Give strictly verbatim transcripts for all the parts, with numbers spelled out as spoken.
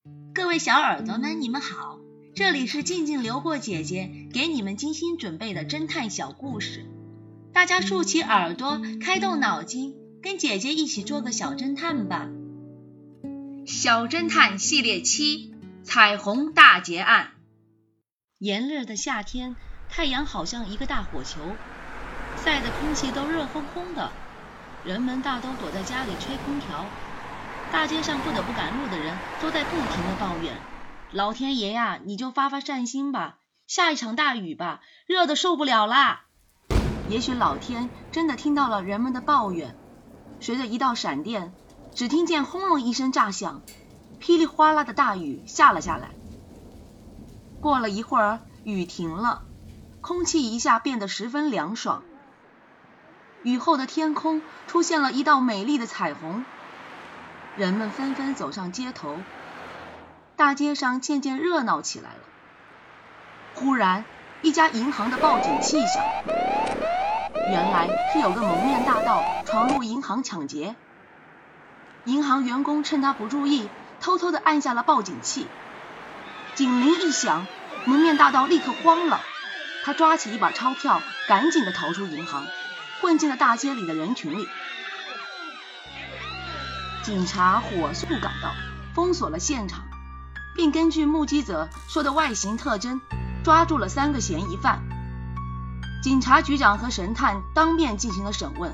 各位小耳朵们，你们好，这里是静静流过姐姐给你们精心准备的侦探小故事，大家竖起耳朵，开动脑筋，跟姐姐一起做个小侦探吧。小侦探系列七，彩虹大劫案。炎热的夏天，太阳好像一个大火球，晒得空气都热烘烘的，人们大都躲在家里吹空调，大街上不得不赶路的人都在不停地抱怨，老天爷呀，你就发发善心吧，下一场大雨吧，热得受不了啦。也许老天真的听到了人们的抱怨，随着一道闪电，只听见轰隆一声炸响，噼里哗啦的大雨下了下来。过了一会儿，雨停了，空气一下变得十分凉爽，雨后的天空出现了一道美丽的彩虹，人们纷纷走上街头，大街上渐渐热闹起来了。忽然，一家银行的报警器响，原来是有个蒙面大盗闯入银行抢劫。银行员工趁他不注意，偷偷地按下了报警器。警铃一响，蒙面大盗立刻慌了，他抓起一把钞票，赶紧地逃出银行，混进了大街里的人群里。警察火速赶到，封锁了现场，并根据目击者说的外形特征，抓住了三个嫌疑犯。警察局长和神探当面进行了审问。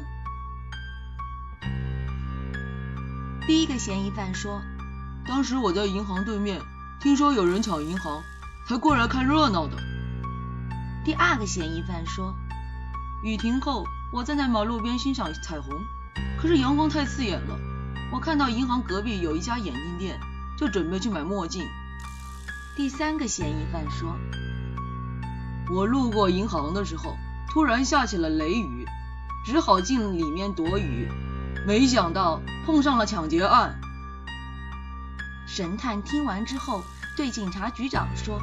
第一个嫌疑犯说， 当时我在银行对面，听说有人抢银行，才过来看热闹的。 第二个嫌疑犯说， 雨停后，我站在马路边欣赏彩虹，可是阳光太刺眼了，我看到银行隔壁有一家眼镜店，就准备去买墨镜。 第三个嫌疑犯说， 我路过银行的时候，突然下起了雷雨，只好进里面躲雨，没想到碰上了抢劫案。 神探听完之后对警察局长说，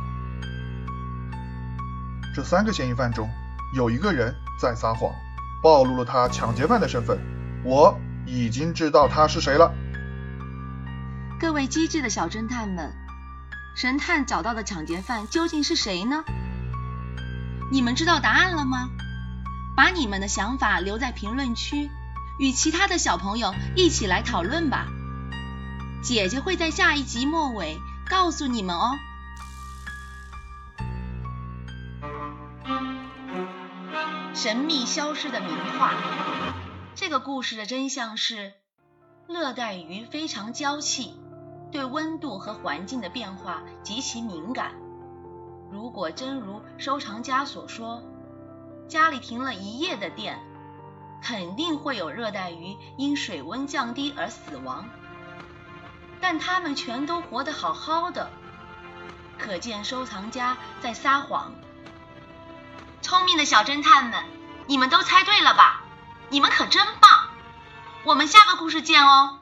这三个嫌疑犯中有一个人在撒谎，暴露了他抢劫犯的身份，我已经知道他是谁了。 各位机智的小侦探们，神探找到的抢劫犯究竟是谁呢？你们知道答案了吗？把你们的想法留在评论区，与其他的小朋友一起来讨论吧。姐姐会在下一集末尾告诉你们哦。神秘消失的名画。这个故事的真相是，热带鱼非常娇气，对温度和环境的变化极其敏感。如果真如收藏家所说，家里停了一夜的电，肯定会有热带鱼因水温降低而死亡，但它们全都活得好好的，可见收藏家在撒谎。聪明的小侦探们，你们都猜对了吧？你们可真棒！我们下个故事见哦。